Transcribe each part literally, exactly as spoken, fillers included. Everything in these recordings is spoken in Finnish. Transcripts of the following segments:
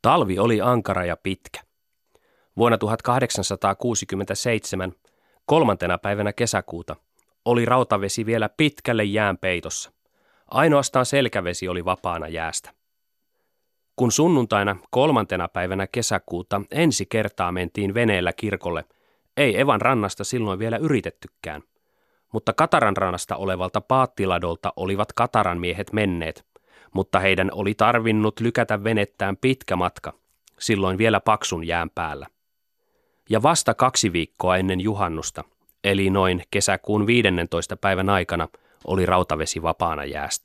Talvi oli ankara ja pitkä. Vuonna tuhatkahdeksansataakuusikymmentäseitsemän, kolmantena päivänä kesäkuuta, oli rautavesi vielä pitkälle jään peitossa. Ainoastaan selkävesi oli vapaana jäästä. Kun sunnuntaina kolmantena päivänä kesäkuuta ensi kertaa mentiin veneellä kirkolle, ei Evan rannasta silloin vielä yritettykään. Mutta Kataran rannasta olevalta paattiladolta olivat Kataran miehet menneet, mutta heidän oli tarvinnut lykätä venettään pitkä matka, silloin vielä paksun jään päällä. Ja vasta kaksi viikkoa ennen juhannusta, eli noin kesäkuun viidennentoista päivän aikana, oli rautavesi vapaana jäästä.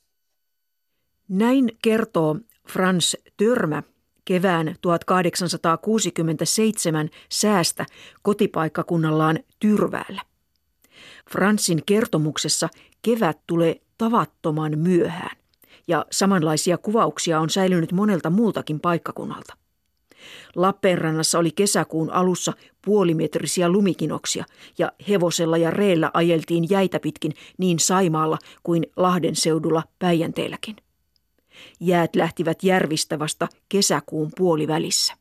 Näin kertoo Frans Törmä kevään tuhatkahdeksansataakuusikymmentäseitsemän säästä kotipaikkakunnallaan Tyrväällä. Fransin kertomuksessa kevät tulee tavattoman myöhään, ja samanlaisia kuvauksia on säilynyt monelta muultakin paikkakunnalta. Lappeenrannassa oli kesäkuun alussa puolimetrisiä lumikinoksia, ja hevosella ja reellä ajeltiin jäitä pitkin niin Saimaalla kuin Lahden seudulla Päijänteelläkin. Jäät lähtivät järvistä vasta kesäkuun puolivälissä.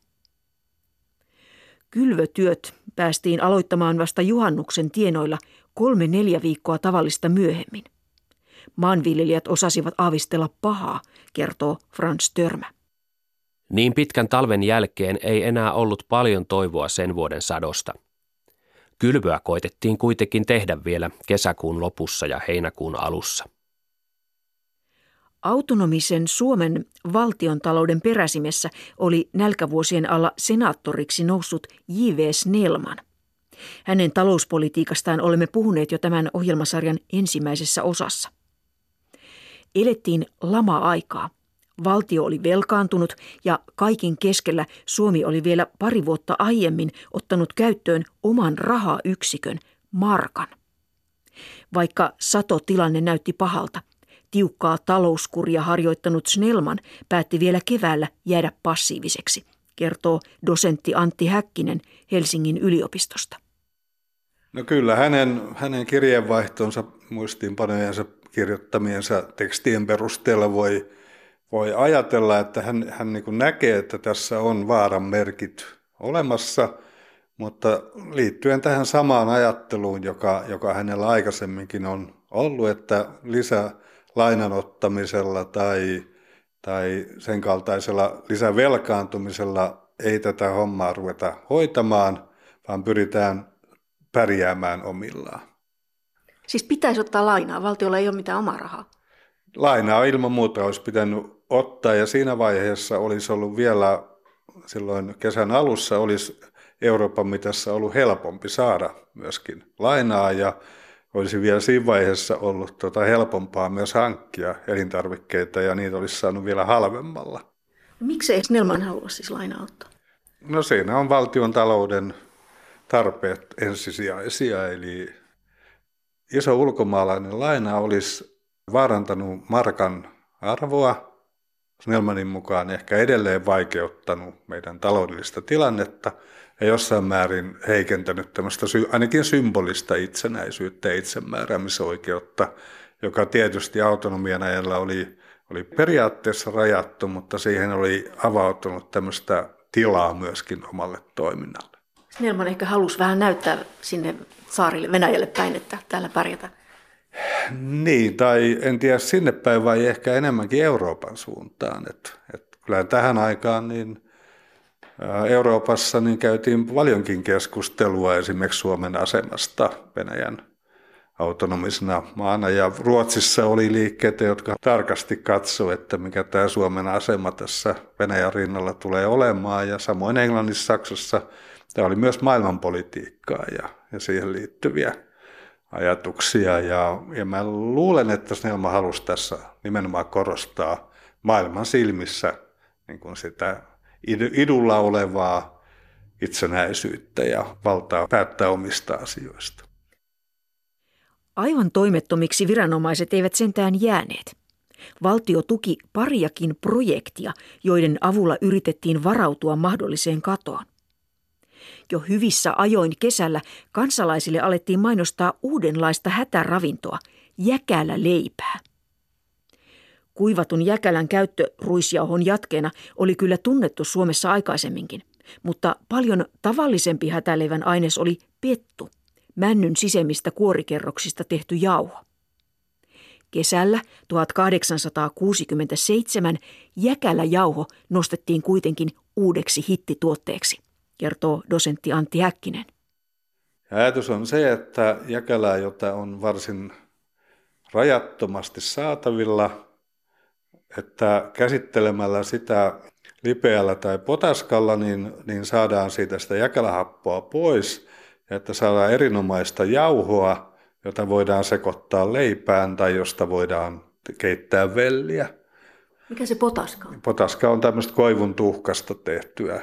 Kylvötyöt päästiin aloittamaan vasta juhannuksen tienoilla kolme neljä viikkoa tavallista myöhemmin. Maanviljelijät osasivat aavistella pahaa, kertoo Frans Törmä. Niin pitkän talven jälkeen ei enää ollut paljon toivoa sen vuoden sadosta. Kylvöä koitettiin kuitenkin tehdä vielä kesäkuun lopussa ja heinäkuun alussa. Autonomisen Suomen valtiontalouden peräsimessä oli nälkävuosien alla senaattoriksi noussut J V Snellman. Hänen talouspolitiikastaan olemme puhuneet jo tämän ohjelmasarjan ensimmäisessä osassa. Elettiin lama-aikaa. Valtio oli velkaantunut ja kaikin keskellä Suomi oli vielä pari vuotta aiemmin ottanut käyttöön oman rahayksikön, markan. Vaikka satotilanne näytti pahalta, tiukkaa talouskuria harjoittanut Snellman päätti vielä keväällä jäädä passiiviseksi, kertoo dosentti Antti Häkkinen Helsingin yliopistosta. No kyllä, hänen, hänen kirjeenvaihtonsa, muistiinpanojensa kirjoittamiensa tekstien perusteella voi, voi ajatella, että hän, hän niin kuin näkee, että tässä on vaaran merkit olemassa, mutta liittyen tähän samaan ajatteluun, joka, joka hänellä aikaisemminkin on ollut, että lisälainanottamisella tai, tai sen kaltaisella lisävelkaantumisella ei tätä hommaa ruveta hoitamaan, vaan pyritään pärjäämään omillaan. Siis pitäisi ottaa lainaa, valtiolla ei ole mitään omaa rahaa. Lainaa ilman muuta olisi pitänyt ottaa ja siinä vaiheessa olisi ollut vielä, silloin kesän alussa olisi Euroopan mitassa ollut helpompi saada myöskin lainaa ja olisi vielä siinä vaiheessa ollut tuota helpompaa myös hankkia elintarvikkeita ja niitä olisi saanut vielä halvemmalla. Miksi ei Snellman halua siis lainaa ottaa? No siinä on valtion talouden tarpeet ensisijaisia, eli iso ulkomaalainen laina olisi vaarantanut markan arvoa, Snellmanin mukaan ehkä edelleen vaikeuttanut meidän taloudellista tilannetta ja jossain määrin heikentänyt tämmöistä ainakin symbolista itsenäisyyttä ja itsemääräämisoikeutta, joka tietysti autonomian ajalla oli, oli periaatteessa rajattu, mutta siihen oli avautunut tämmöistä tilaa myöskin omalle toiminnalle. Snellman ehkä halusi vähän näyttää sinne saarille Venäjälle päin, että täällä pärjätään. Niin, tai en tiedä sinne päin vai ehkä enemmänkin Euroopan suuntaan. Että, että kyllä tähän aikaan niin Euroopassa niin käytiin paljonkin keskustelua esimerkiksi Suomen asemasta Venäjän autonomisena maana. Ja Ruotsissa oli liikkeitä, jotka tarkasti katsoivat, että mikä tämä Suomen asema tässä Venäjän rinnalla tulee olemaan. Ja samoin Englannissa, Saksassa tämä oli myös maailmanpolitiikkaa ja, ja siihen liittyviä ajatuksia. Ja, ja mä luulen, että Snellman halusi tässä nimenomaan korostaa maailman silmissä niin kuin sitä idulla olevaa itsenäisyyttä ja valtaa päättää omista asioista. Aivan toimettomiksi viranomaiset eivät sentään jääneet. Valtio tuki pariakin projektia, joiden avulla yritettiin varautua mahdolliseen katoon. Jo hyvissä ajoin kesällä kansalaisille alettiin mainostaa uudenlaista hätäravintoa, jäkälä leipää. Kuivatun jäkälän käyttö ruisjauhon jatkeena oli kyllä tunnettu Suomessa aikaisemminkin, mutta paljon tavallisempi hätäleivän aines oli pettu, männyn sisemmistä kuorikerroksista tehty jauho. Kesällä tuhatkahdeksansataakuusikymmentäseitsemän jäkäläjauho nostettiin kuitenkin uudeksi hittituotteeksi, kertoo dosentti Antti Häkkinen. Ajatus on se, että jäkälää, jota on varsin rajattomasti saatavilla, että käsittelemällä sitä lipeällä tai potaskalla, niin, niin saadaan siitä sitä jäkälähappoa pois, ja että saadaan erinomaista jauhoa, jota voidaan sekoittaa leipään tai josta voidaan keittää velliä. Mikä se potaska on? Potaska on tämmöistä koivun tuhkasta tehtyä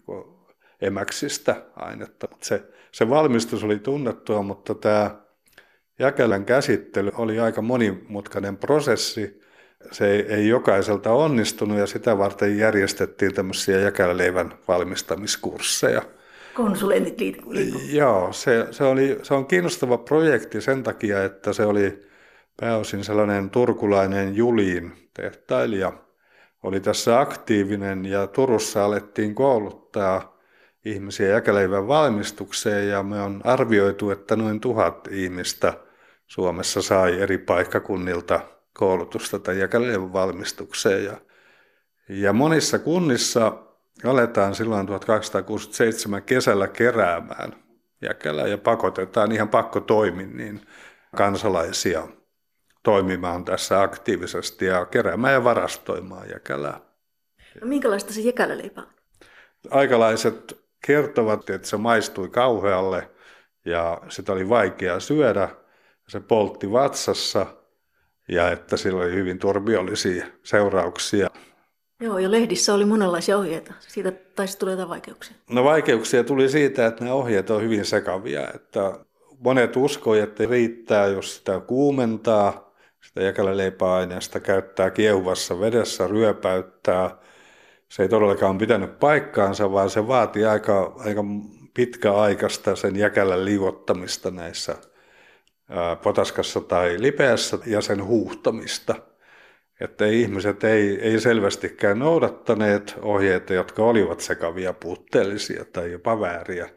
emäksistä ainetta. Se, se valmistus oli tunnettua, mutta tämä jäkälän käsittely oli aika monimutkainen prosessi. Se ei, ei jokaiselta onnistunut ja sitä varten järjestettiin tämmöisiä jäkäläleivän valmistamiskursseja. Konsulentit liikkuvat. Joo, se, se, oli, se on kiinnostava projekti sen takia, että se oli pääosin sellainen turkulainen Julin tehtailija. Oli tässä aktiivinen ja Turussa alettiin kouluttaa ihmisiä jäkäleivän valmistukseen ja me on arvioitu, että noin tuhat ihmistä Suomessa sai eri paikkakunnilta koulutusta tai jäkäleivän valmistukseen. Ja, ja monissa kunnissa aletaan silloin tuhatkahdeksansataakuusikymmentäseitsemän kesällä keräämään jäkälää ja pakotetaan ihan pakkotoimin niin kansalaisia toimimaan tässä aktiivisesti ja keräämään ja varastoimaan jäkälää. No, minkälaista se jäkäläleipä on? Aikalaiset kertovat, että se maistui kauhealle ja sitä oli vaikea syödä. Se poltti vatsassa ja että sillä oli hyvin turbiollisia seurauksia. Joo, ja lehdissä oli monenlaisia ohjeita. Siitä taisi tulla jotain vaikeuksia. No vaikeuksia tuli siitä, että nämä ohjeet on hyvin sekavia. Että monet uskoivat, että riittää, jos sitä kuumentaa, sitä jäkäläleipäaineesta käyttää kiehuvassa vedessä, ryöpäyttää. Se ei todellakaan pitänyt paikkaansa, vaan se vaati aika, aika pitkäaikaista sen jäkälän liuottamista näissä ää, potaskassa tai lipeässä ja sen huuhtomista. Että ihmiset ei, ei selvästikään noudattaneet ohjeita, jotka olivat sekavia, puutteellisia tai jopa vääriä.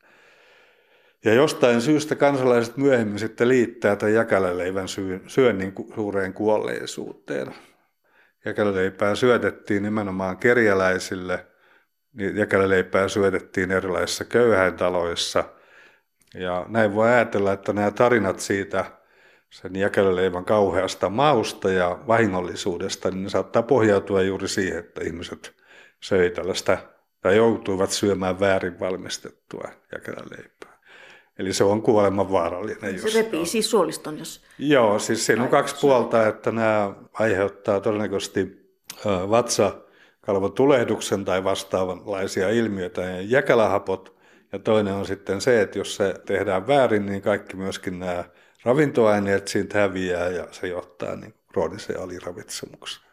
Ja jostain syystä kansalaiset myöhemmin sitten liittää tämän jäkäläleivän syönnin suureen kuolleisuuteen. Jäkäläleipää syötettiin nimenomaan kerjäläisille, jäkäläleipää syötettiin erilaisissa köyhäintaloissa. Ja näin voi ajatella, että nämä tarinat siitä sen jäkäläleivän kauheasta mausta ja vahingollisuudesta, niin ne saattaa pohjautua juuri siihen, että ihmiset söi tällaista tai joutuivat syömään väärin valmistettua jäkäläleipää. Eli se on kuoleman vaarallinen. Se repii siis suoliston, jos... Joo, siis siinä on kaksi puolta, että nämä aiheuttaa todennäköisesti vatsakalvon tulehduksen tai vastaavanlaisia ilmiöitä ja jäkälähapot. Ja toinen on sitten se, että jos se tehdään väärin, niin kaikki myöskin nämä ravintoaineet siitä häviää ja se johtaa niin krooniseen aliravitsemukseen.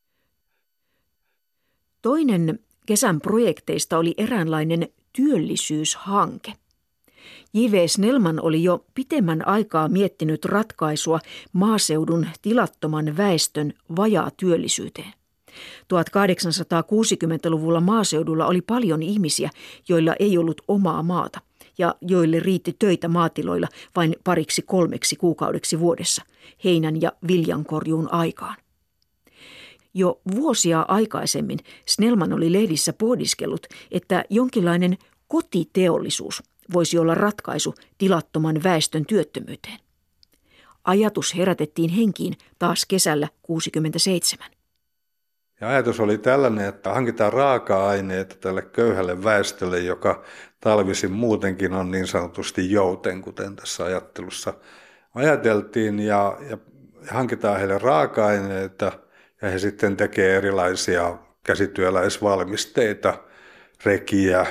Toinen kesän projekteista oli eräänlainen työllisyyshanke. J V Snellman oli jo pitemmän aikaa miettinyt ratkaisua maaseudun tilattoman väestön vajaatyöllisyyteen. tuhatkahdeksansataakuusikymmentäluvulla maaseudulla oli paljon ihmisiä, joilla ei ollut omaa maata ja joille riitti töitä maatiloilla vain pariksi kolmeksi kuukaudeksi vuodessa, heinän ja viljankorjuun aikaan. Jo vuosia aikaisemmin Snellman oli lehdissä pohdiskellut, että jonkinlainen kotiteollisuus voisi olla ratkaisu tilattoman väestön työttömyyteen. Ajatus herätettiin henkiin taas kesällä kuusikymmentäseitsemän. Ja ajatus oli tällainen, että hankitaan raaka-aineita tälle köyhälle väestölle, joka talvisin muutenkin on niin sanotusti jouten, kuten tässä ajattelussa ajateltiin, ja, ja hankitaan heille raaka-aineita, ja he sitten tekee erilaisia käsityöläisvalmisteita, rekiä,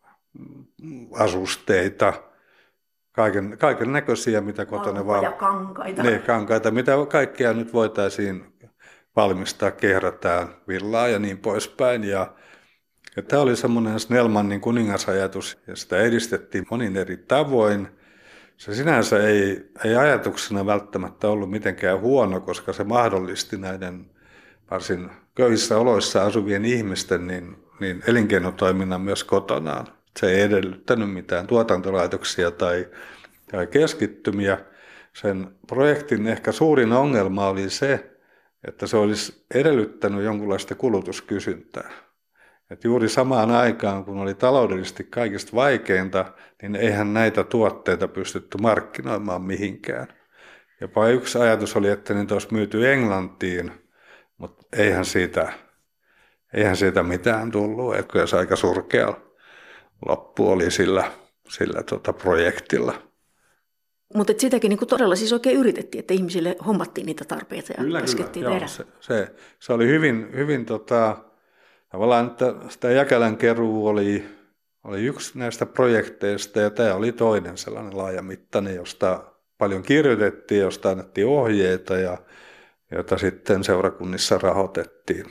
asusteita, kaiken, kaiken näköisiä, mitä kotona vaan. Ja kankaita. Ne, kankaita, mitä kaikkea nyt voitaisiin valmistaa, kehrätään, villaa ja niin poispäin. Ja, ja tämä oli semmoinen Snellmanin kuningasajatus, ja sitä edistettiin monin eri tavoin. Se sinänsä ei, ei ajatuksena välttämättä ollut mitenkään huono, koska se mahdollisti näiden varsin köyhissä oloissa asuvien ihmisten niin, niin elinkeinotoiminnan myös kotonaan. Se ei edellyttänyt mitään tuotantolaitoksia tai, tai keskittymiä. Sen projektin ehkä suurin ongelma oli se, että se olisi edellyttänyt jonkinlaista kulutuskysyntää. Et juuri samaan aikaan, kun oli taloudellisesti kaikista vaikeinta, niin eihän näitä tuotteita pystytty markkinoimaan mihinkään. Jopa yksi ajatus oli, että niitä olisi myyty Englantiin, mutta eihän siitä, eihän siitä mitään tullut. Et kyllä se aika surkea loppu oli sillä, sillä tota projektilla. Mutta sitäkin niin todella siis oikein yritettiin, että ihmisille hommattiin niitä tarpeita ja kyllä, käskettiin kyllä. tehdä. Joo, se, se, se oli hyvin, hyvin tota, tavallaan, että sitä Jäkälän keruu oli, oli yksi näistä projekteista ja tämä oli toinen sellainen laajamittainen, josta paljon kirjoitettiin, josta annettiin ohjeita ja jota sitten seurakunnissa rahoitettiin.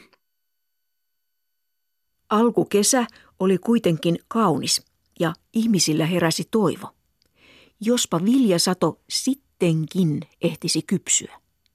Alkukesä oli kuitenkin kaunis ja ihmisillä heräsi toivo. Jospa viljasato sittenkin ehtisi kypsyä.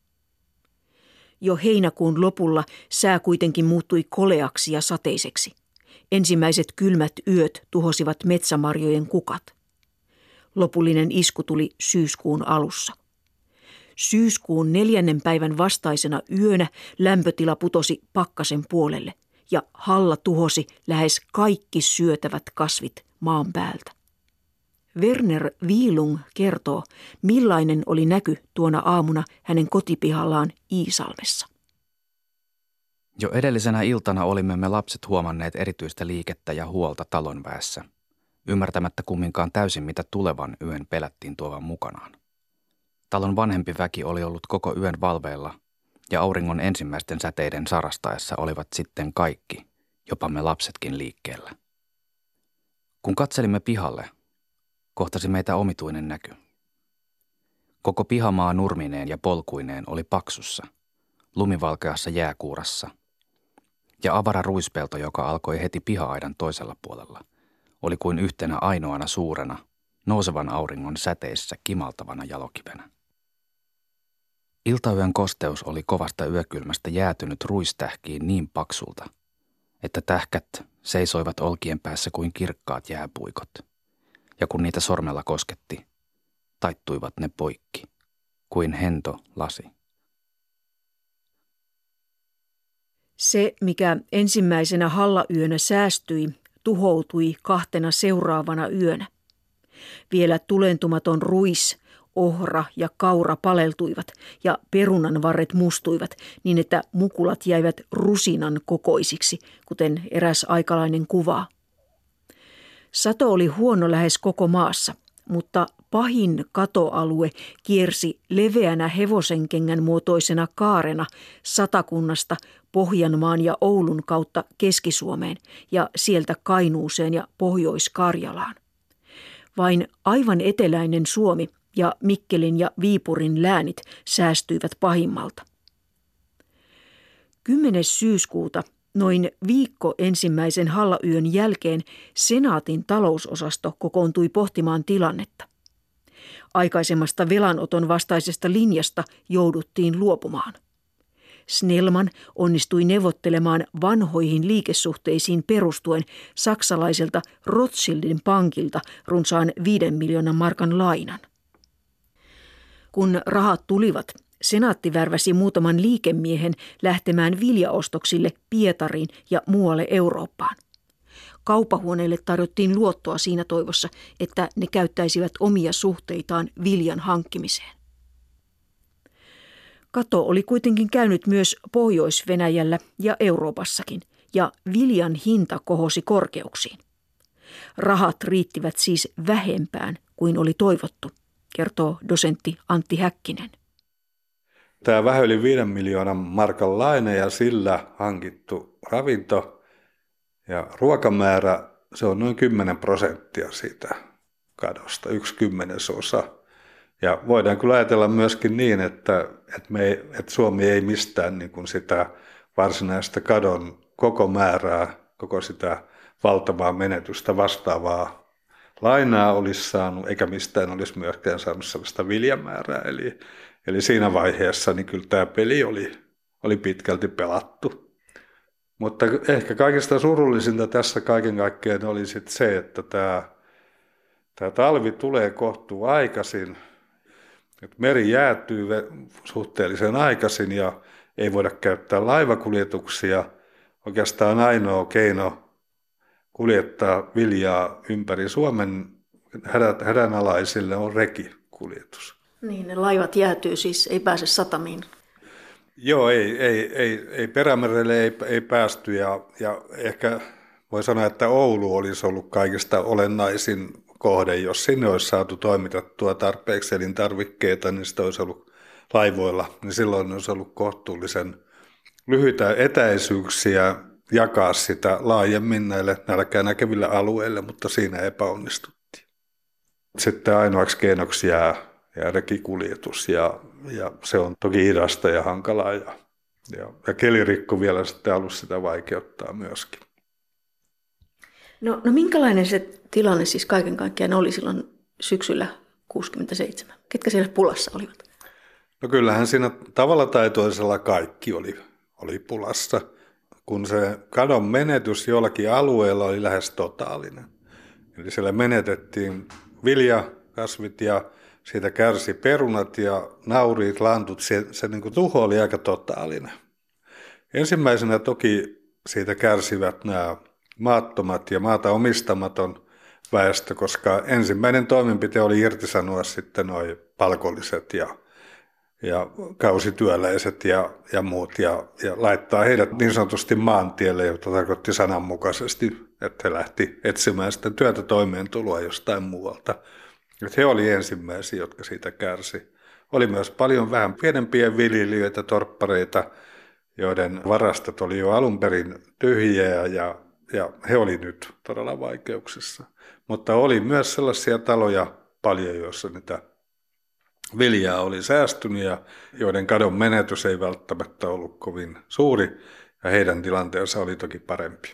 Jo heinäkuun lopulla sää kuitenkin muuttui koleaksi ja sateiseksi. Ensimmäiset kylmät yöt tuhosivat metsämarjojen kukat. Lopullinen isku tuli syyskuun alussa. Syyskuun neljännen päivän vastaisena yönä lämpötila putosi pakkasen puolelle ja halla tuhosi lähes kaikki syötävät kasvit maan päältä. Werner Wielung kertoo, millainen oli näky tuona aamuna hänen kotipihallaan Iisalmessa. Jo edellisenä iltana olimme me lapset huomanneet erityistä liikettä ja huolta talonväessä, ymmärtämättä kumminkaan täysin mitä tulevan yön pelättiin tuovan mukanaan. Talon vanhempi väki oli ollut koko yön valveilla ja auringon ensimmäisten säteiden sarastaessa olivat sitten kaikki, jopa me lapsetkin liikkeellä. Kun katselimme pihalle, kohtasi meitä omituinen näky. Koko pihamaa nurmineen ja polkuineen oli paksussa, lumivalkeassa jääkuurassa, ja avara ruispelto, joka alkoi heti piha-aidan toisella puolella, oli kuin yhtenä ainoana suurena, nousevan auringon säteissä kimaltavana jalokivenä. Iltayön kosteus oli kovasta yökylmästä jäätynyt ruistähkiin niin paksulta, että tähkät seisoivat olkien päässä kuin kirkkaat jääpuikot. Ja kun niitä sormella kosketti, taittuivat ne poikki, kuin hento lasi. Se, mikä ensimmäisenä hallayönä säästyi, tuhoutui kahtena seuraavana yönä. Vielä tulentumaton ruis, ohra ja kaura paleltuivat ja perunanvarret mustuivat niin, että mukulat jäivät rusinan kokoisiksi, kuten eräs aikalainen kuvaa. Sato oli huono lähes koko maassa, mutta pahin katoalue kiersi leveänä hevosenkengän muotoisena kaarena Satakunnasta Pohjanmaan ja Oulun kautta Keski-Suomeen ja sieltä Kainuuseen ja Pohjois-Karjalaan. Vain aivan eteläinen Suomi ja Mikkelin ja Viipurin läänit säästyivät pahimmalta. kymmenes syyskuuta, noin viikko ensimmäisen hallayön jälkeen, Senaatin talousosasto kokoontui pohtimaan tilannetta. Aikaisemmasta velanoton vastaisesta linjasta jouduttiin luopumaan. Snellman onnistui neuvottelemaan vanhoihin liikesuhteisiin perustuen saksalaiselta Rothschildin pankilta runsaan viiden miljoonan markan lainan. Kun rahat tulivat, senaatti värväsi muutaman liikemiehen lähtemään viljaostoksille Pietariin ja muualle Eurooppaan. Kaupahuoneille tarjottiin luottoa siinä toivossa, että ne käyttäisivät omia suhteitaan viljan hankkimiseen. Kato oli kuitenkin käynyt myös Pohjois-Venäjällä ja Euroopassakin, ja viljan hinta kohosi korkeuksiin. Rahat riittivät siis vähempään kuin oli toivottu, kertoo dosentti Antti Häkkinen. Tämä vähän yli viiden miljoonan markan laina ja sillä hankittu ravinto ja ruokamäärä, se on noin kymmenen prosenttia siitä kadosta, yksi kymmenesosa. Ja voidaan kyllä ajatella myöskin niin, että, että, me, että Suomi ei mistään niin kuin sitä varsinaista kadon koko määrää, koko sitä valtavaa menetystä vastaavaa lainaa olisi saanut, eikä mistään olisi myöskään saanut sellaista viljamäärää. Eli, eli siinä vaiheessa niin kyllä tämä peli oli, oli pitkälti pelattu. Mutta ehkä kaikista surullisinta tässä kaiken kaikkiaan oli sitten se, että tämä, tämä talvi tulee kohtuu aikaisin, että meri jäätyy suhteellisen aikaisin ja ei voida käyttää laivakuljetuksia. Oikeastaan ainoa keino kuljettaa viljaa ympäri Suomen hädänalaisille on rekikuljetus. Niin, ne laivat jäätyy siis, ei pääse satamiin. Joo, ei, ei, ei, ei Perämerelle ei, ei päästy ja, ja ehkä voi sanoa, että Oulu olisi ollut kaikista olennaisin kohde. Jos sinne olisi saatu toimitettua tarpeeksi elintarvikkeita, niin sitä olisi ollut laivoilla, niin silloin olisi ollut kohtuullisen lyhyitä etäisyyksiä jakaa sitä laajemmin näille nälkää näkeville alueille, mutta siinä epäonnistuttiin. Sitten ainoaksi keinoksi jää, jää rekikuljetus ja, ja se on toki hidasta ja hankalaa ja, ja, ja kelirikko vielä sitten alussa sitä vaikeuttaa myöskin. No, no minkälainen se tilanne siis kaiken kaikkiaan oli silloin syksyllä kuusikymmentäseitsemän? Ketkä siellä pulassa olivat? No kyllähän siinä tavalla tai toisella kaikki oli, oli pulassa, kun se kadon menetys jollakin alueella oli lähes totaalinen. Eli siellä menetettiin viljakasvit ja siitä kärsi perunat ja nauriit, lantut. Se, se niin kuin tuho oli aika totaalinen. Ensimmäisenä toki siitä kärsivät nämä maattomat ja maata omistamaton väestö, koska ensimmäinen toimenpite oli irtisanoa sitten nuo palkolliset ja, ja kausityöläiset ja, ja muut ja, ja laittaa heidät niin sanotusti maantielle, jota tarkoitti sananmukaisesti, että he lähti etsimään sitten työtä toimeentuloa jostain muualta. Että he olivat ensimmäisiä, jotka siitä kärsi. Oli myös paljon vähän pienempiä viljelijöitä, torppareita, joiden varastot oli jo alun perin tyhjiä ja, ja he olivat nyt todella vaikeuksissa. Mutta oli myös sellaisia taloja paljon, joissa niitä viljaa oli säästynyt ja joiden kadon menetys ei välttämättä ollut kovin suuri ja heidän tilanteensa oli toki parempi.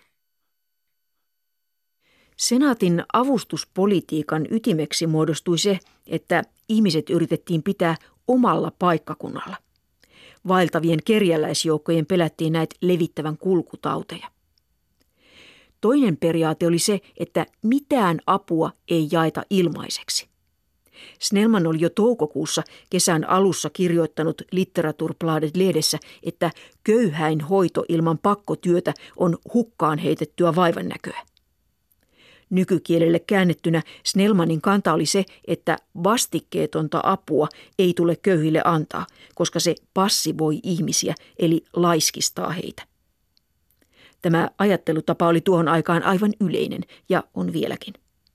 Senaatin avustuspolitiikan ytimeksi muodostui se, että ihmiset yritettiin pitää omalla paikkakunnalla. Vaeltavien kerjäläisjoukkojen pelättiin näitä levittävän kulkutauteja. Toinen periaate oli se, että mitään apua ei jaeta ilmaiseksi. Snellman oli jo toukokuussa kesän alussa kirjoittanut Litteraturbladet-lehdessä, että köyhäin hoito ilman pakkotyötä on hukkaan heitettyä vaivannäköä. Nykykielelle käännettynä Snellmanin kanta oli se, että vastikkeetonta apua ei tule köyhille antaa, koska se passivoi ihmisiä eli laiskistaa heitä. Tämä ajattelutapa oli tuohon aikaan aivan yleinen ja on vieläkin.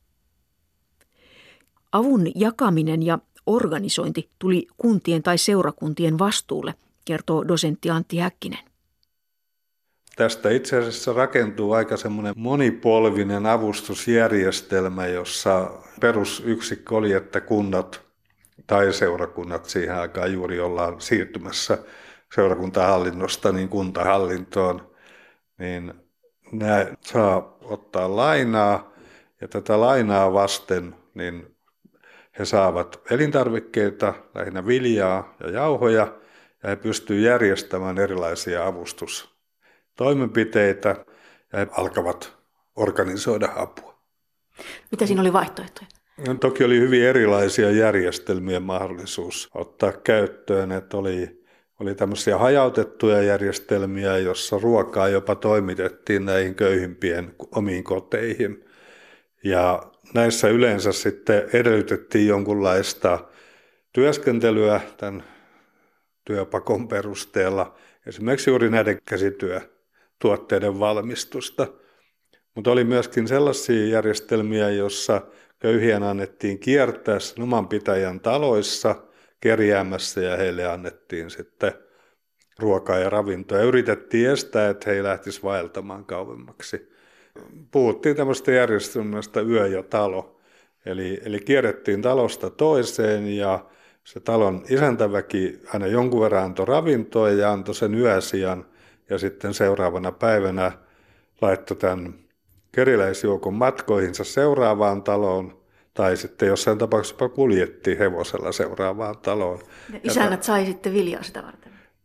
Avun jakaminen ja organisointi tuli kuntien tai seurakuntien vastuulle, kertoo dosentti Antti Häkkinen. Tästä itse asiassa rakentuu aika semmoinen monipolvinen avustusjärjestelmä, jossa perusyksikkö oli, että kunnat tai seurakunnat siihen aikaan juuri ollaan siirtymässä seurakuntahallinnosta niin kuntahallintoon, niin nämä saa ottaa lainaa ja tätä lainaa vasten niin he saavat elintarvikkeita, lähinnä viljaa ja jauhoja ja he pystyvät järjestämään erilaisia avustustoimenpiteitä ja he alkavat organisoida apua. Mitä siinä oli vaihtoehtoja? No, toki oli hyvin erilaisia järjestelmiä mahdollisuus ottaa käyttöön, että oli, oli tämmöisiä hajautettuja järjestelmiä, jossa ruokaa jopa toimitettiin näihin köyhimpien omiin koteihin. Ja näissä yleensä sitten edellytettiin jonkunlaista työskentelyä tämän työpakon perusteella, esimerkiksi juuri näiden käsityötuotteiden valmistusta. Mutta oli myöskin sellaisia järjestelmiä, joissa köyhien annettiin kiertää sen oman pitäjän taloissa kerjäämässä ja heille annettiin sitten ruokaa ja ravintoa. Ja yritettiin estää, että he ei lähtisi vaeltamaan kauemmaksi. Puhuttiin tämmöistä järjestelmästä yö ja talo. Eli, eli kierrettiin talosta toiseen ja se talon isäntäväki aina jonkun verran antoi ravintoa ja antoi sen yösijan. Ja sitten seuraavana päivänä laittoi tämän kerjäläisjoukon matkoihinsa seuraavaan taloon. Tai sitten jossain tapauksessa kuljettiin hevosella seuraavaan taloon. Ja isännät sai sitten viljaa sitä varten?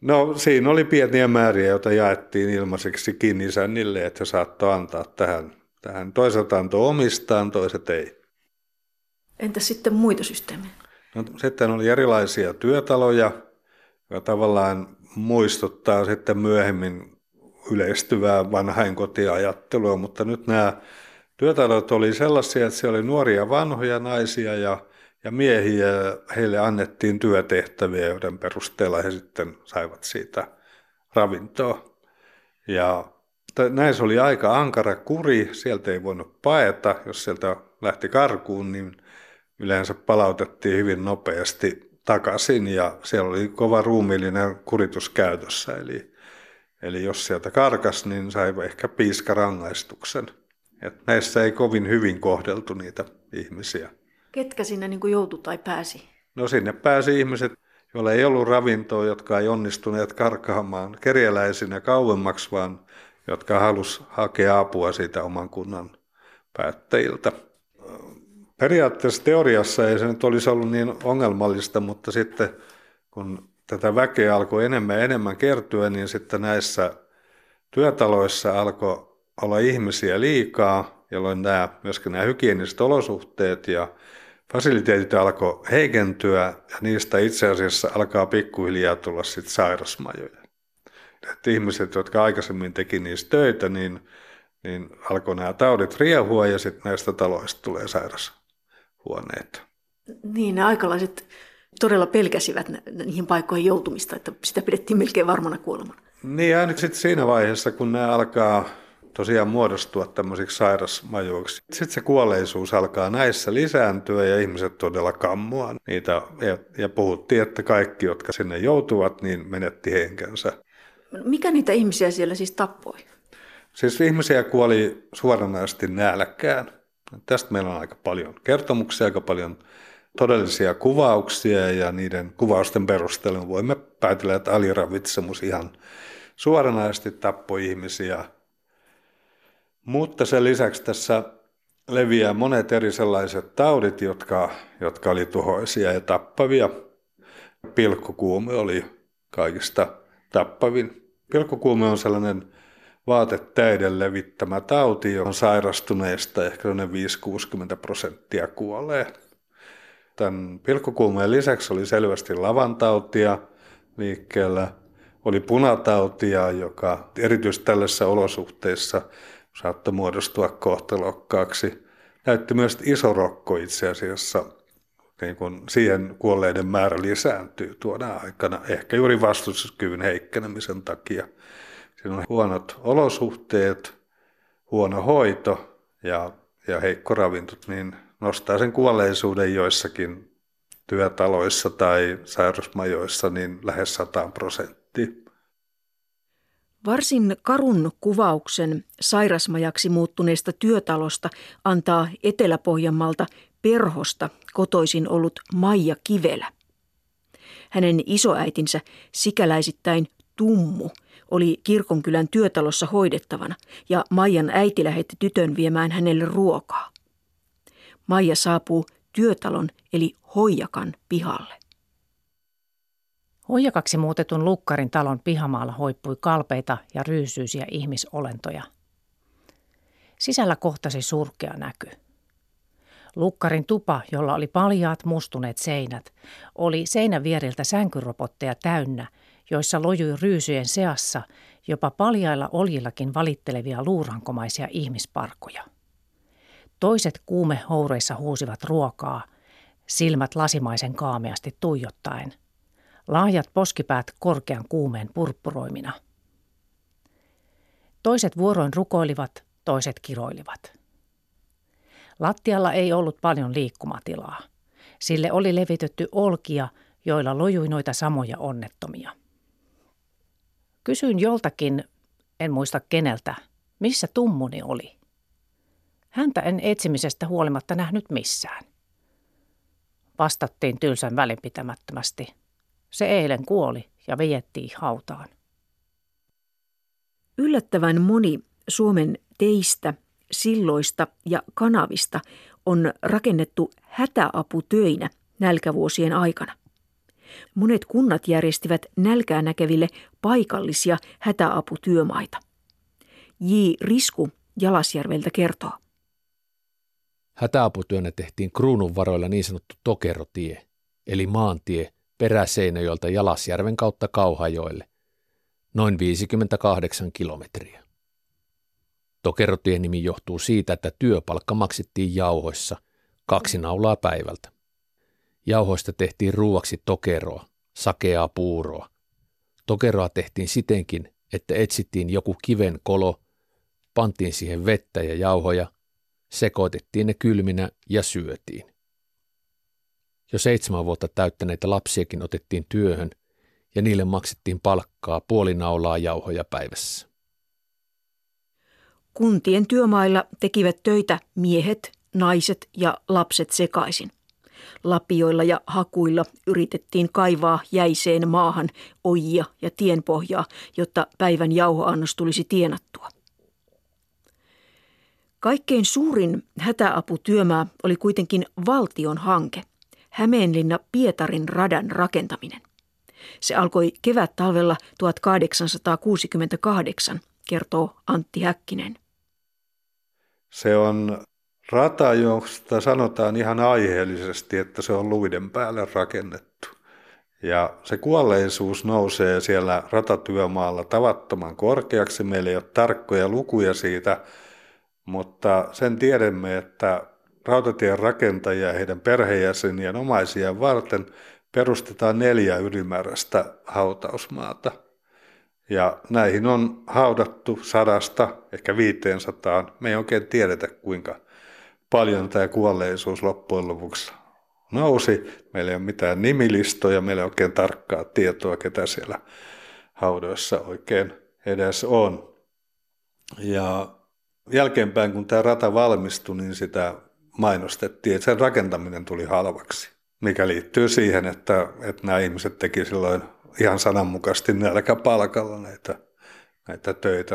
No siinä oli pieniä määriä, joita jaettiin ilmaiseksikin isännille, että he saattoi antaa tähän. tähän. Toiset antoi omistaan, toiset ei. Entä sitten muita systeemejä? No, sitten oli erilaisia työtaloja, joka tavallaan muistuttaa sitten myöhemmin yleistyvää vanhainkotiajattelua, mutta nyt nämä työtalot oli sellaisia, että siellä oli nuoria vanhoja naisia ja, ja miehiä, heille annettiin työtehtäviä, joiden perusteella he sitten saivat siitä ravintoa. Ja näissä oli aika ankara kuri, sieltä ei voinut paeta, jos sieltä lähti karkuun, niin yleensä palautettiin hyvin nopeasti takaisin ja siellä oli kova ruumiillinen kuritus käytössä. Eli, eli jos sieltä karkas, niin sai ehkä piiskarangaistuksen. Et näissä ei kovin hyvin kohdeltu niitä ihmisiä. Ketkä sinne niin kuin joutui tai pääsi? No sinne pääsi ihmiset, joilla ei ollut ravintoa, jotka ei onnistuneet karkaamaan kerjäläisinä kauemmaksi, vaan jotka halusi hakea apua siitä oman kunnan päättäjiltä. Periaatteessa teoriassa ei se nyt olisi ollut niin ongelmallista, mutta sitten kun tätä väkeä alkoi enemmän ja enemmän kertyä, niin sitten näissä työtaloissa alkoi olla ihmisiä liikaa, jolloin nämä, myöskin nämä hygieeniset olosuhteet ja fasiliteetit alkoi heikentyä ja niistä itse asiassa alkaa pikkuhiljaa tulla sitten sairasmajoja. Että ihmiset, jotka aikaisemmin teki niistä töitä, niin, niin alkoi nämä taudit riehua ja sitten näistä taloista tulee sairashuoneita. Niin, ne aikalaiset todella pelkäsivät niihin paikkoihin joutumista, että sitä pidettiin melkein varmana kuolemana. Niin, aina sitten siinä vaiheessa, kun nämä alkaa tosiaan muodostua tämmöisiksi sairasmajoiksi. Sitten se kuolleisuus alkaa näissä lisääntyä ja ihmiset todella kammoaa niitä. Ja, ja puhuttiin, että kaikki, jotka sinne joutuvat, niin menetti henkensä. Mikä niitä ihmisiä siellä siis tappoi? Siis ihmisiä kuoli suoranaisesti nälkään. Tästä meillä on aika paljon kertomuksia, aika paljon todellisia kuvauksia ja niiden kuvausten perusteella voimme päätellä, että aliravitsemus ihan suoranaisesti tappoi ihmisiä. Mutta sen lisäksi tässä leviää monet eri sellaiset taudit, jotka, jotka oli tuhoisia ja tappavia. Pilkkukuume oli kaikista tappavin. Pilkkukuume on sellainen vaatetäiden levittämä tauti, johon sairastuneista ehkä viisi kuusikymmentä prosenttia kuolee. Tämän pilkkukuumeen lisäksi oli selvästi lavantautia liikkeellä, oli punatautia, joka erityisesti tällaisissa olosuhteissa saattoi muodostua kohtalokkaaksi. Näytti myös iso rokko itse asiassa, niin kun siihen kuolleiden määrä lisääntyy tuona aikana, ehkä juuri vastustuskyvyn heikkenemisen takia. Siinä on huonot olosuhteet, huono hoito ja, ja heikko ravinto, niin nostaa sen kuolleisuuden joissakin työtaloissa tai sairausmajoissa niin lähes sata prosenttia. Varsin karun kuvauksen sairasmajaksi muuttuneesta työtalosta antaa Etelä-Pohjanmaalta Perhosta kotoisin ollut Maija Kivelä. Hänen isoäitinsä sikäläisittäin Tummu oli kirkonkylän työtalossa hoidettavana ja Maijan äiti lähetti tytön viemään hänelle ruokaa. Maija saapuu työtalon eli Hoijakan pihalle. Hoijakaksi muutetun Lukkarin talon pihamaalla hoippui kalpeita ja ryysyisiä ihmisolentoja. Sisällä kohtasi surkea näky. Lukkarin tupa, jolla oli paljaat mustuneet seinät, oli seinävieriltä sänkyropotteja täynnä, joissa lojui ryysyjen seassa jopa paljailla oljillakin valittelevia luurankomaisia ihmisparkoja. Toiset kuumehoureissa huusivat ruokaa, silmät lasimaisen kaameasti tuijottaen. Laajat poskipäät korkean kuumeen purppuroimina. Toiset vuoroin rukoilivat, toiset kiroilivat. Lattialla ei ollut paljon liikkumatilaa. Sille oli levitetty olkia, joilla lojui noita samoja onnettomia. Kysyin joltakin, en muista keneltä, missä Tummuni oli. Häntä en etsimisestä huolimatta nähnyt missään. Vastattiin tylsän välinpitämättömästi. Se eilen kuoli ja vejettiin hautaan. Yllättävän moni Suomen teistä, silloista ja kanavista on rakennettu hätäaputöinä nälkävuosien aikana. Monet kunnat järjestivät nälkää näkeville paikallisia hätäaputyömaita. J. Risku Jalasjärveltä kertoo. Hätäaputyönä tehtiin kruunun varoilla niin sanottu tokerotie, eli maantie Peräseinäjoelta Jalasjärven kautta Kauhajoelle, noin viisikymmentäkahdeksan kilometriä. Tokerotien nimi johtuu siitä, että työpalkka maksettiin jauhoissa, kaksi naulaa päivältä. Jauhoista tehtiin ruuaksi tokeroa, sakeaa puuroa. Tokeroa tehtiin sitenkin, että etsittiin joku kiven kolo, pantiin siihen vettä ja jauhoja, sekoitettiin ne kylminä ja syötiin. Jo seitsemän vuotta täyttäneitä lapsiakin otettiin työhön ja niille maksettiin palkkaa puoli naulaa jauhoja päivässä. Kuntien työmailla tekivät töitä miehet, naiset ja lapset sekaisin. Lapioilla ja hakuilla yritettiin kaivaa jäiseen maahan ojia ja tienpohjaa, jotta päivän jauhoannos tulisi tienattua. Kaikkein suurin hätäaputyömaa oli kuitenkin valtion hanke, Hämeenlinna-Pietarin radan rakentaminen. Se alkoi kevättalvella tuhatkahdeksansataakuusikymmentäkahdeksan, kertoo Antti Häkkinen. Se on rata, josta sanotaan ihan aiheellisesti, että se on luiden päälle rakennettu. Ja se kuolleisuus nousee siellä ratatyömaalla tavattoman korkeaksi. Meillä ei ole tarkkoja lukuja siitä, mutta sen tiedämme, että rautatien rakentajia ja heidän perheenjäsenien omaisia varten perustetaan neljä ylimääräistä hautausmaata. Ja näihin on haudattu sadasta, ehkä viiteensataan. Me ei oikein tiedetä, kuinka paljon tämä kuolleisuus loppujen lopuksi nousi. Meillä ei ole mitään nimilistoja, meillä ei ole oikein tarkkaa tietoa, ketä siellä haudoissa oikein edes on. Ja jälkeenpäin, kun tämä rata valmistui, niin sitä mainostettiin, että sen rakentaminen tuli halvaksi, mikä liittyy siihen, että, että nämä ihmiset teki silloin ihan sananmukaisesti nälkäpalkalla näitä, näitä töitä.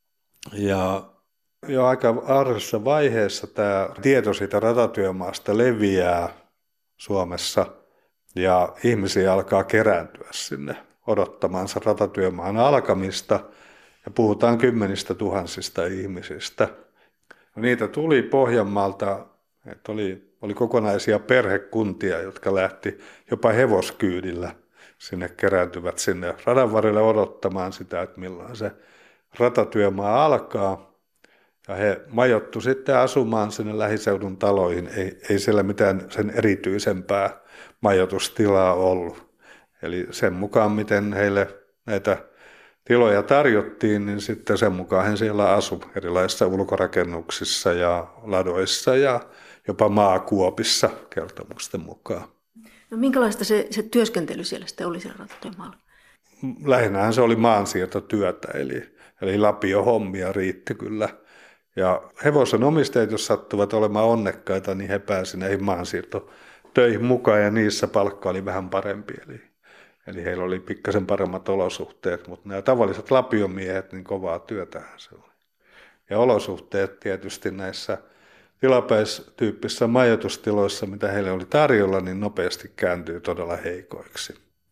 Ja jo aika varhaisessa vaiheessa tämä tieto siitä ratatyömaasta leviää Suomessa ja ihmisiä alkaa kerääntyä sinne odottamansa ratatyömaan alkamista ja puhutaan kymmenistä tuhansista ihmisistä. Niitä tuli Pohjanmaalta, että oli, oli kokonaisia perhekuntia, jotka lähti jopa hevoskyydillä sinne kerääntyvät sinne radan varrelle odottamaan sitä, että milloin se ratatyömaa alkaa. Ja he majoittu sitten asumaan sinne lähiseudun taloihin. Ei, ei siellä mitään sen erityisempää majoitustilaa ollut. Eli sen mukaan, miten heille näitä tiloja tarjottiin, niin sitten sen mukaan he siellä asu erilaisissa ulkorakennuksissa ja ladoissa ja jopa maakuopissa kertomusten mukaan. No minkälaista se, se työskentely siellä sitten oli siellä ratatyömaalla? Lähinnähän se oli maansiirtotyötä, eli, eli lapiohommia riitti kyllä. Ja hevosen omistajat, jos sattuvat olemaan onnekkaita, niin he pääsivät näihin maansiirtotöihin mukaan ja niissä palkka oli vähän parempi. Eli, eli heillä oli pikkasen paremmat olosuhteet, mutta nämä tavalliset lapiomiehet, niin kovaa työtähän se oli. Ja olosuhteet tietysti näissä tilapäistyyppisissä majoitustiloissa, mitä heille oli tarjolla, niin nopeasti kääntyy todella heikoiksi.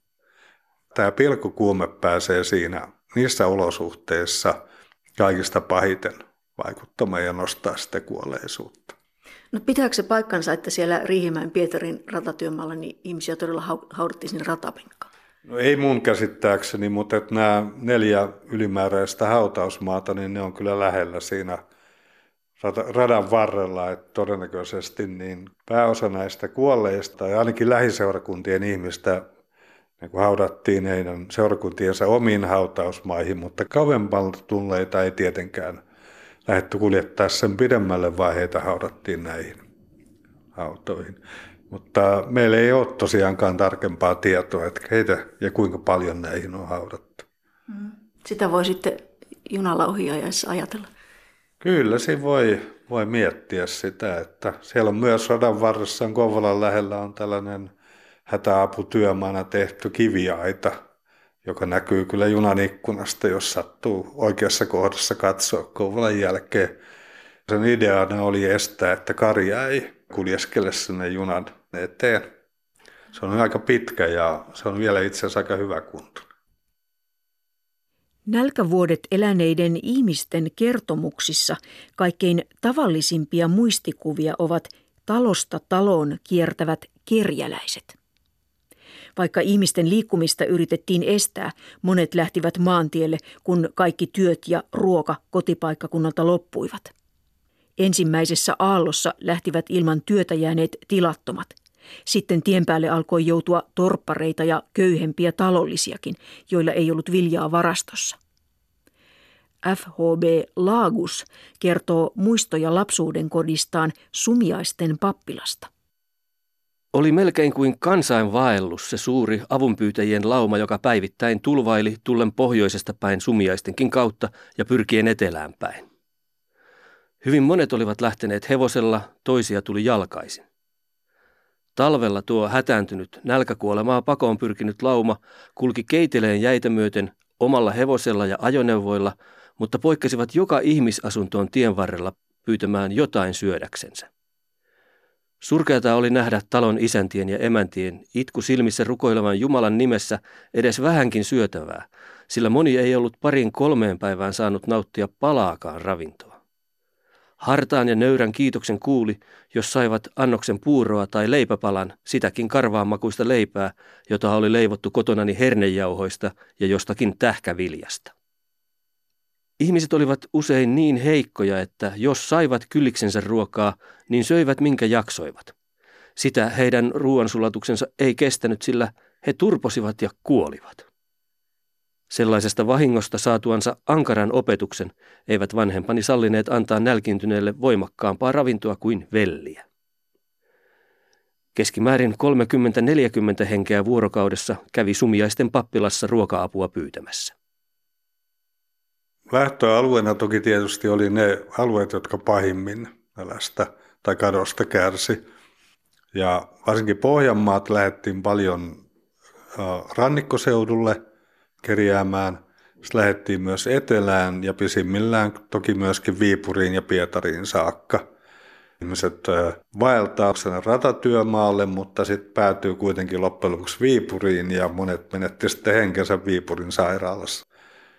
Tämä pilkkukuume pääsee siinä niissä olosuhteissa kaikista pahiten vaikuttamaan ja nostaa sitä kuolleisuutta. No pitääkö se paikkansa, että siellä Riihimäen Pietarin ratatyömaalla niin ihmisiä todella haudattiin sinne ratapenkkaan? No ei mun käsittääkseni, mutta että nämä neljä ylimääräistä hautausmaata, niin ne on kyllä lähellä siinä radan varrella, että todennäköisesti niin pääosa näistä kuolleista ja ainakin lähiseurakuntien ihmistä niin kuin haudattiin heidän seurakuntiensa omiin hautausmaihin, mutta kauempalta tulleita ei tietenkään lähdetty kuljettaa sen pidemmälle, vaan heitä haudattiin näihin hautoihin. Mutta meillä ei ole tosiaankaan tarkempaa tietoa, että keitä ja kuinka paljon näihin on haudattu. Sitä voi sitten junalla ohiajaessa ajatella. Kyllä, siinä voi, voi miettiä sitä, että siellä on myös radan varressa Kouvolan lähellä on tällainen hätäaputyömaana tehty kiviaita, joka näkyy kyllä junan ikkunasta, jos sattuu oikeassa kohdassa katsoa Kouvolan jälkeen. Sen ideana oli estää, että karja ei kuljeskele sinne junan eteen. se on aika pitkä ja se on vielä itse asiassa aika hyvä kunto. Nälkävuodet eläneiden ihmisten kertomuksissa kaikkein tavallisimpia muistikuvia ovat talosta taloon kiertävät kerjäläiset. Vaikka ihmisten liikkumista yritettiin estää, monet lähtivät maantielle, kun kaikki työt ja ruoka kotipaikkakunnalta loppuivat. Ensimmäisessä aallossa lähtivät ilman työtä jääneet tilattomat. Sitten tien päälle alkoi joutua torppareita ja köyhempiä talollisiakin, joilla ei ollut viljaa varastossa. F H B Laagus kertoo muistoja lapsuuden kodistaan Sumiaisten pappilasta. Oli melkein kuin kansainvaellus se suuri avunpyytäjien lauma, joka päivittäin tulvaili tullen pohjoisesta päin Sumiaistenkin kautta ja pyrkien etelään päin. Hyvin monet olivat lähteneet hevosella, toisia tuli jalkaisin. Talvella tuo hätääntynyt, nälkäkuolemaa pakoon pyrkinyt lauma kulki keiteleen jäitä myöten omalla hevosella ja ajoneuvoilla, mutta poikkesivat joka ihmisasuntoon tien varrella pyytämään jotain syödäksensä. Surkeata oli nähdä talon isäntien ja emäntien itku silmissä rukoilevan Jumalan nimessä edes vähänkin syötävää, sillä moni ei ollut parin kolmeen päivään saanut nauttia palaakaan ravintoa. Hartaan ja nöyrän kiitoksen kuuli, jos saivat annoksen puuroa tai leipäpalan, sitäkin karvaanmakuista leipää, jota oli leivottu kotonani hernejauhoista ja jostakin tähkäviljasta. Ihmiset olivat usein niin heikkoja, että jos saivat kylliksensä ruokaa, niin söivät minkä jaksoivat. Sitä heidän ruoansulatuksensa ei kestänyt, sillä he turposivat ja kuolivat. Sellaisesta vahingosta saatuansa ankaran opetuksen eivät vanhempani sallineet antaa nälkiintyneelle voimakkaampaa ravintoa kuin velliä. Keskimäärin kolmekymmentä neljäkymmentä henkeä vuorokaudessa kävi Sumiaisten pappilassa ruoka-apua pyytämässä. Lähtöalueena toki tietysti oli ne alueet, jotka pahimmin nälästä tai kadosta kärsi. Ja varsinkin Pohjanmaat lähdettiin paljon rannikkoseudulle kerjäämään. Sitten lähdettiin myös etelään ja pisimmillään toki myöskin Viipuriin ja Pietariin saakka. Ihmiset vaeltaa sen ratatyömaalle, mutta sitten päätyy kuitenkin loppujen lopuksi Viipuriin ja monet menetti sitten henkensä Viipurin sairaalassa.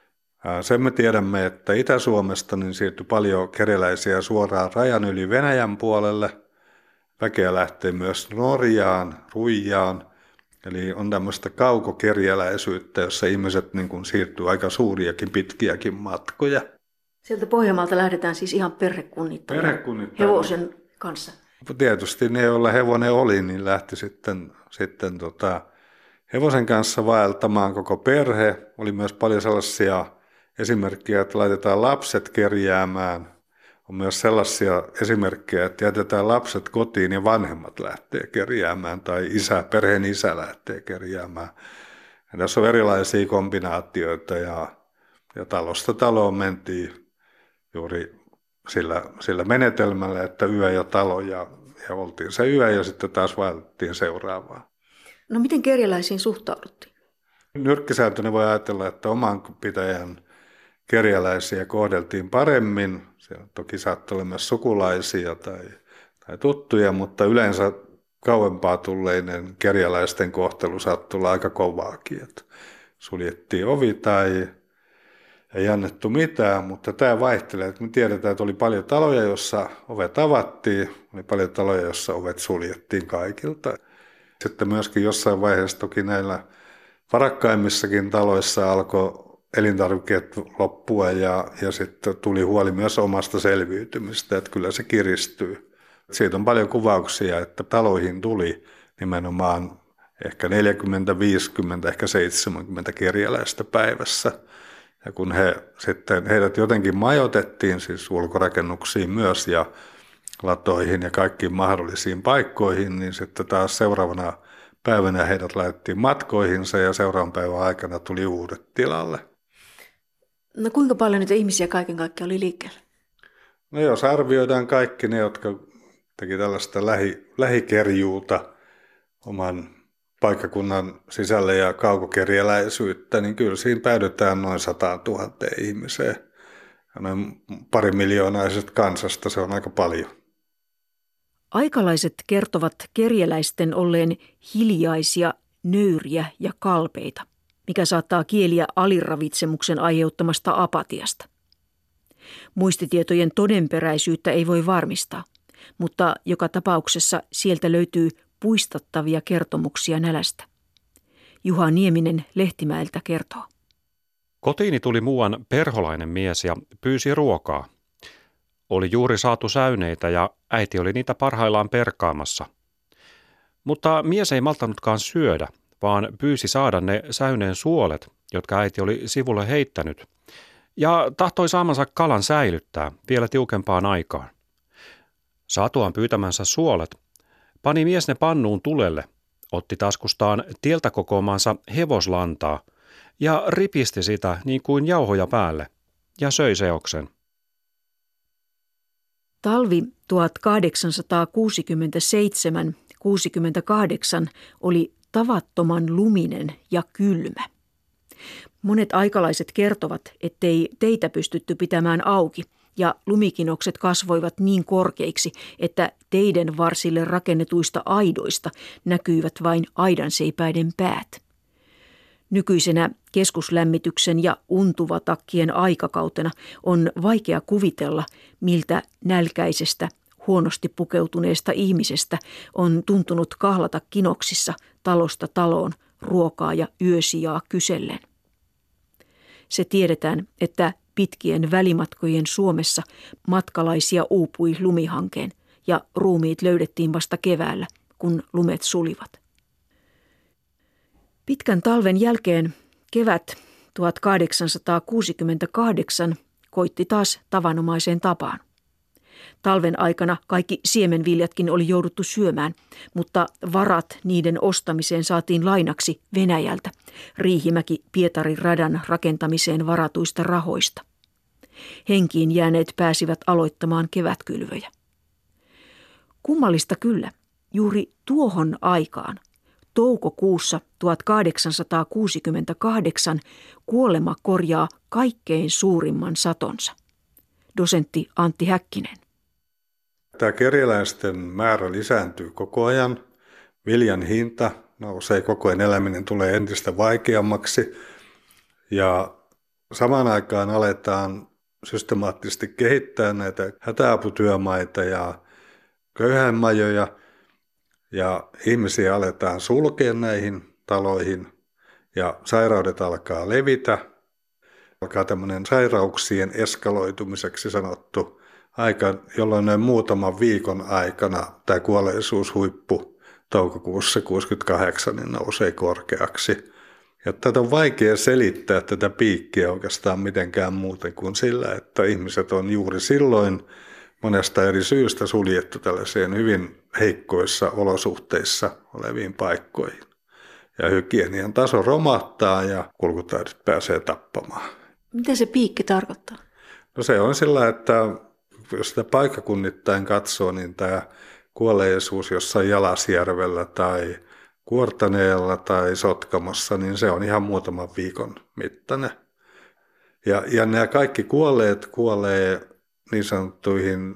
Sen me tiedämme, että Itä-Suomesta niin siirtyi paljon kerjäläisiä suoraan rajan yli Venäjän puolelle. Väkeä lähtee myös Norjaan, Ruijaan. Eli on tämmöistä kaukokerjäläisyyttä, jossa ihmiset niin kuin siirtyy aika suuriakin pitkiäkin matkoja. Sieltä Pohjanmaalta lähdetään siis ihan perhekunnittain, perhekunnittain hevosen kanssa. Tietysti ne, joilla hevonen oli, niin lähti sitten, sitten tota, hevosen kanssa vaeltamaan koko perhe. Oli myös paljon sellaisia esimerkkejä, että laitetaan lapset kerjäämään. On myös sellaisia esimerkkejä, että jätetään lapset kotiin ja vanhemmat lähtee kerjäämään tai isä, perheen isä lähtee kerjäämään. Ja tässä on erilaisia kombinaatioita ja, ja talosta taloon mentiin juuri sillä, sillä menetelmällä, että yö ja talo ja, ja oltiin se yö ja sitten taas vaellettiin seuraavaan. No miten kerjäläisiin suhtauduttiin? Nyrkkisääntönä voi ajatella, että oman pitäjän kerjäläisiä kohdeltiin paremmin. Siellä toki saattoi olla myös sukulaisia tai, tai tuttuja, mutta yleensä kauempaa tulleiden kerjäläisten kohtelu saattoi olla aika kovaakin. Että suljettiin ovi tai ei annettu mitään, mutta tämä vaihtelee. Me tiedetään, että oli paljon taloja, joissa ovet avattiin, oli paljon taloja, joissa ovet suljettiin kaikilta. Sitten myöskin jossain vaiheessa toki näillä varakkaimmissakin taloissa alkoi elintarvikkeet loppua ja, ja sitten tuli huoli myös omasta selviytymistä, että kyllä se kiristyy. Siitä on paljon kuvauksia, että taloihin tuli nimenomaan ehkä neljäkymmentä, viisikymmentä, ehkä seitsemänkymmentä kerjäläistä päivässä. Ja kun he, sitten heidät jotenkin majoitettiin, siis ulkorakennuksiin myös ja latoihin ja kaikkiin mahdollisiin paikkoihin, niin sitten taas seuraavana päivänä heidät laitettiin matkoihinsa ja seuraavan päivän aikana tuli uudet tilalle. No kuinka paljon niitä ihmisiä kaiken kaikkiaan oli liikkeellä? No jos arvioidaan kaikki ne, jotka teki tällaista lähi, lähikerjuuta oman paikkakunnan sisälle ja kaukokerjäläisyyttä, niin kyllä siinä päädytään noin sataan tuhanteen ihmiseen. Ja noin pari miljoonaiset kansasta, se on aika paljon. Aikalaiset kertovat kerjäläisten olleen hiljaisia, nöyriä ja kalpeita, mikä saattaa kieliä aliravitsemuksen aiheuttamasta apatiasta. Muistitietojen todenperäisyyttä ei voi varmistaa, mutta joka tapauksessa sieltä löytyy puistattavia kertomuksia nälästä. Juha Nieminen Lehtimäeltä kertoo. Kotiini tuli muuan perholainen mies ja pyysi ruokaa. Oli juuri saatu säyneitä ja äiti oli niitä parhaillaan perkaamassa. Mutta mies ei malttanutkaan syödä, vaan pyysi saada ne säyneen suolet, jotka äiti oli sivulle heittänyt, ja tahtoi saamansa kalan säilyttää vielä tiukempaan aikaan. Saatuaan pyytämänsä suolet, pani mies ne pannuun tulelle, otti taskustaan tieltä kokoamansa hevoslantaa ja ripisti sitä niin kuin jauhoja päälle ja söi seoksen. Talvi tuhatkahdeksansataakuusikymmentäseitsemän kuusikymmentäkahdeksan oli tavattoman luminen ja kylmä. Monet aikalaiset kertovat, ettei teitä pystytty pitämään auki ja lumikinokset kasvoivat niin korkeiksi, että teiden varsille rakennetuista aidoista näkyivät vain aidanseipäiden päät. Nykyisenä keskuslämmityksen ja untuvatakkien aikakautena on vaikea kuvitella, miltä nälkäisestä, huonosti pukeutuneesta ihmisestä on tuntunut kahlata kinoksissa talosta taloon ruokaa ja yösijaa kysellen. Se tiedetään, että pitkien välimatkojen Suomessa matkalaisia uupui lumihankeen ja ruumiit löydettiin vasta keväällä, kun lumet sulivat. Pitkän talven jälkeen kevät tuhatkahdeksansataakuusikymmentäkahdeksan koitti taas tavanomaiseen tapaan. Talven aikana kaikki siemenviljatkin oli jouduttu syömään, mutta varat niiden ostamiseen saatiin lainaksi Venäjältä, Riihimäki-Pietarin radan rakentamiseen varatuista rahoista. Henkiin jääneet pääsivät aloittamaan kevätkylvöjä. Kummallista kyllä, juuri tuohon aikaan, toukokuussa tuhatkahdeksansataakuusikymmentäkahdeksan, kuolema korjaa kaikkein suurimman satonsa. Dosentti Antti Häkkinen. Tämä kerjäläisten määrä lisääntyy koko ajan. Viljan hinta nousee koko ajan, eläminen tulee entistä vaikeammaksi. Ja samaan aikaan aletaan systemaattisesti kehittää näitä hätäaputyömaita ja köyhäinmajoja. Ja ihmisiä aletaan sulkea näihin taloihin ja sairaudet alkaa levitä. Alkaa tämmöinen sairauksien eskaloitumiseksi sanottu aika, jolloin noin muutaman viikon aikana tämä kuolleisuushuippu toukokuussa kuusikymmentäkahdeksan niin nousee korkeaksi. Ja tätä on vaikea selittää tätä piikkiä oikeastaan mitenkään muuten kuin sillä, että ihmiset on juuri silloin monesta eri syystä suljettu tällaiseen hyvin heikkoissa olosuhteissa oleviin paikkoihin. Ja hygienian taso romahtaa ja kulkutaudit pääsee tappamaan. Mitä se piikki tarkoittaa? No se on sillä, että jos sitä paikkakunnittain katsoo, niin tämä kuolleisuus jossain Jalasjärvellä tai Kuortaneella tai Sotkamossa, niin se on ihan muutaman viikon mittainen. Ja, ja nämä kaikki kuolleet kuolee niin sanottuihin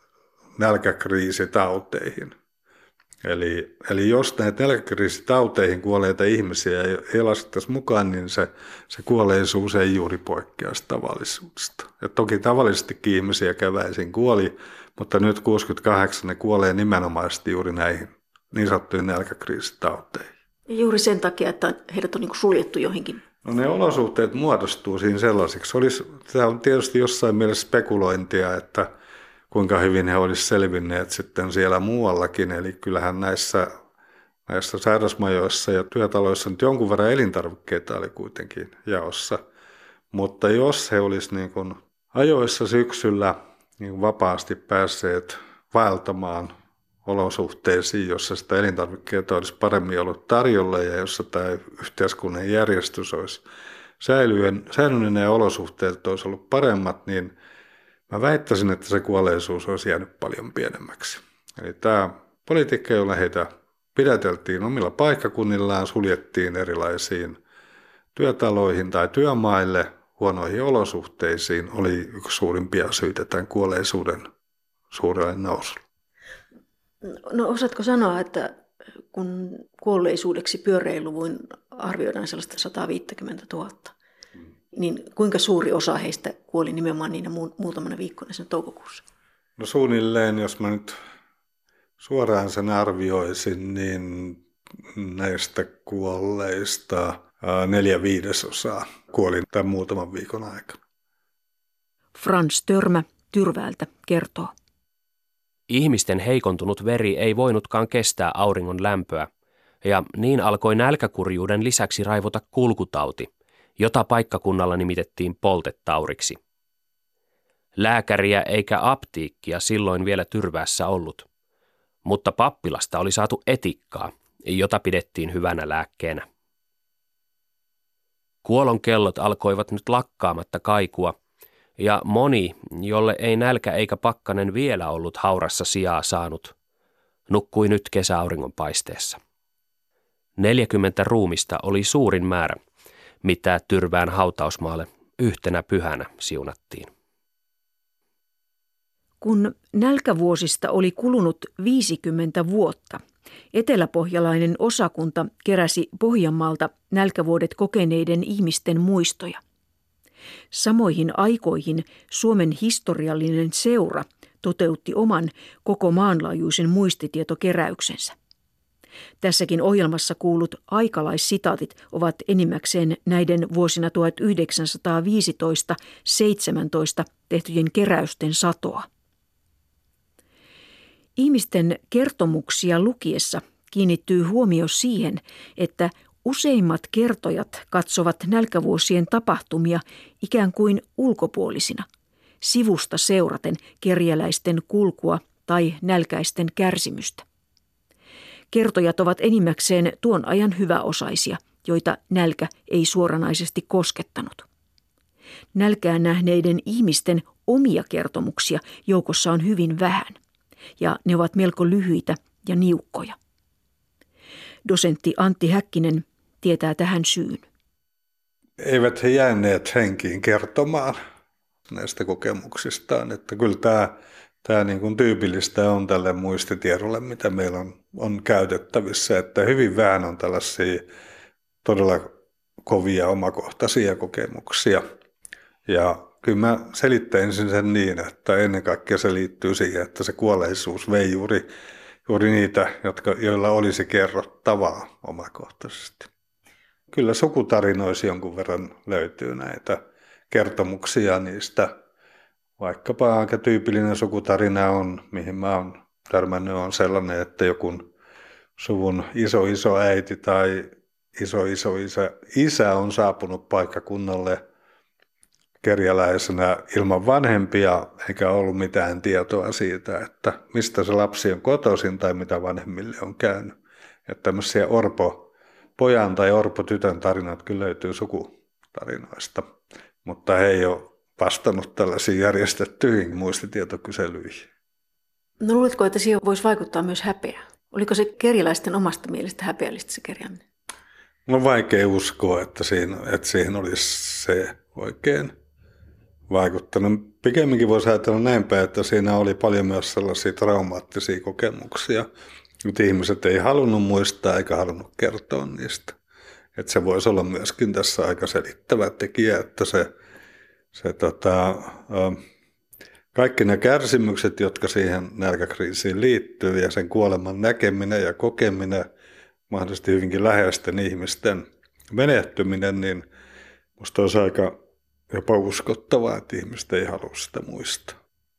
nälkäkriisitauteihin. Eli, eli jos näitä nälkäkriisitauteihin kuolleita ihmisiä ei, ei laskettaisi mukaan, niin se, se kuolleisuus ei juuri poikkeaisi tavallisuudesta. Ja toki tavallisestikin ihmisiä keväisin kuoli, mutta nyt kuusikymmentäkahdeksan ne kuolee nimenomaisesti juuri näihin niin sanottuihin nälkäkriisitauteihin. Ja juuri sen takia, että heidät on niin kuin suljettu johonkin. No ne olosuhteet muodostuu siinä sellaisiksi. Olisi, tämä on tietysti jossain mielessä spekulointia, että kuinka hyvin he olisivat selvinneet sitten siellä muuallakin. Eli kyllähän näissä, näissä sairasmajoissa ja työtaloissa nyt jonkun verran elintarvikkeita oli kuitenkin jaossa. Mutta jos he olisivat niin kuin ajoissa syksyllä niin kuin vapaasti päässeet vaeltamaan olosuhteisiin, jossa sitä elintarvikkeita olisi paremmin ollut tarjolla ja jossa tämä yhteiskunnan järjestys olisi säilynyt ja olosuhteet olisi ollut paremmat, niin mä väittäisin, että se kuolleisuus olisi jäänyt paljon pienemmäksi. Eli tämä politiikka, jolla heitä pidäteltiin omilla paikkakunnillaan, suljettiin erilaisiin työtaloihin tai työmaille, huonoihin olosuhteisiin, oli yksi suurimpia syitä tämän kuolleisuuden suurelle nousulle. No osaatko sanoa, että kun kuolleisuudeksi pyöreäluvuin arvioidaan sellaista sata viisikymmentätuhatta, niin kuinka suuri osa heistä kuoli nimenomaan niinä muutamana viikkona sen toukokuussa? No suunnilleen, jos mä nyt suoraan sen arvioisin, niin näistä kuolleista neljä viidesosaa kuoli tämän muutaman viikon aikana. Frans Törmä Tyrväältä kertoo. Ihmisten heikontunut veri ei voinutkaan kestää auringon lämpöä, ja niin alkoi nälkäkurjuuden lisäksi raivota kulkutauti, jota paikkakunnalla nimitettiin poltetauriksi. Lääkäriä eikä apteekkia silloin vielä Tyrväässä ollut, mutta pappilasta oli saatu etikkaa, jota pidettiin hyvänä lääkkeenä. Kuolon kellot alkoivat nyt lakkaamatta kaikua, ja moni, jolle ei nälkä eikä pakkanen vielä ollut haurassa sijaa saanut, nukkui nyt kesäauringon paisteessa. Neljäkymmentä ruumista oli suurin määrä, mitä Tyrvään hautausmaalle yhtenä pyhänä siunattiin. Kun nälkävuosista oli kulunut viisikymmentä vuotta, eteläpohjalainen osakunta keräsi Pohjanmaalta nälkävuodet kokeneiden ihmisten muistoja. Samoihin aikoihin Suomen historiallinen seura toteutti oman koko maanlaajuisen muistitietokeräyksensä. Tässäkin ohjelmassa kuulut aikalaissitaatit ovat enimmäkseen näiden vuosina tuhatyhdeksänsataaviisitoista seitsemäntoista tehtyjen keräysten satoa. Ihmisten kertomuksia lukiessa kiinnittyy huomio siihen, että useimmat kertojat katsovat nälkävuosien tapahtumia ikään kuin ulkopuolisina, sivusta seuraten kerjäläisten kulkua tai nälkäisten kärsimystä. Kertojat ovat enimmäkseen tuon ajan hyväosaisia, joita nälkä ei suoranaisesti koskettanut. Nälkää nähneiden ihmisten omia kertomuksia joukossa on hyvin vähän, ja ne ovat melko lyhyitä ja niukkoja. Dosentti Antti Häkkinen tietää tähän syyn. Eivät he jääneet henkiin kertomaan näistä kokemuksistaan, että kyllä tämä, tämä niin kuin tyypillistä on tälle muistitiedolle, mitä meillä on, on käytettävissä, että hyvin vähän on tällaisia todella kovia omakohtaisia kokemuksia. Ja kyllä mä selittäisin sen niin, että ennen kaikkea se liittyy siihen, että se kuolleisuus vei juuri, juuri niitä, jotka, joilla olisi kerrottavaa omakohtaisesti. Kyllä sukutarinoissa jonkun verran löytyy näitä kertomuksia niistä. Vaikkapa aika tyypillinen sukutarina on, mihin mä oon törmännyt, on sellainen, että joku suvun iso iso äiti tai iso iso isä, isä on saapunut paikkakunnalle kerjäläisenä ilman vanhempia, eikä ollut mitään tietoa siitä, että mistä se lapsi on kotoisin tai mitä vanhemmille on käynyt. Että tämmöisiä orpo pojan tai orpo tytön tarinat kyllä löytyy sukutarinoista, mutta he ei ole vastannut tällaisiin järjestettyihin muistitietokyselyihin. No luuletko, että siihen voisi vaikuttaa myös häpeä? Oliko se kerjäläisten omasta mielestä häpeällistä se kerjääminen? On vaikea uskoa, että, siinä, että siihen olisi se oikein vaikuttanut. Pikemminkin voisi ajatella näinpä, että siinä oli paljon myös sellaisia traumaattisia kokemuksia, että ihmiset ei halunnut muistaa eikä halunnut kertoa niistä. Että se voisi olla myöskin tässä aika selittävä tekijä, että se, se tota, kaikki ne kärsimykset, jotka siihen nälkäkriisiin liittyy ja sen kuoleman näkeminen ja kokeminen, mahdollisesti hyvinkin läheisten ihmisten menehtyminen, niin musta olisi aika jopa uskottavaa, että ihmiset ei halua sitä muistaa.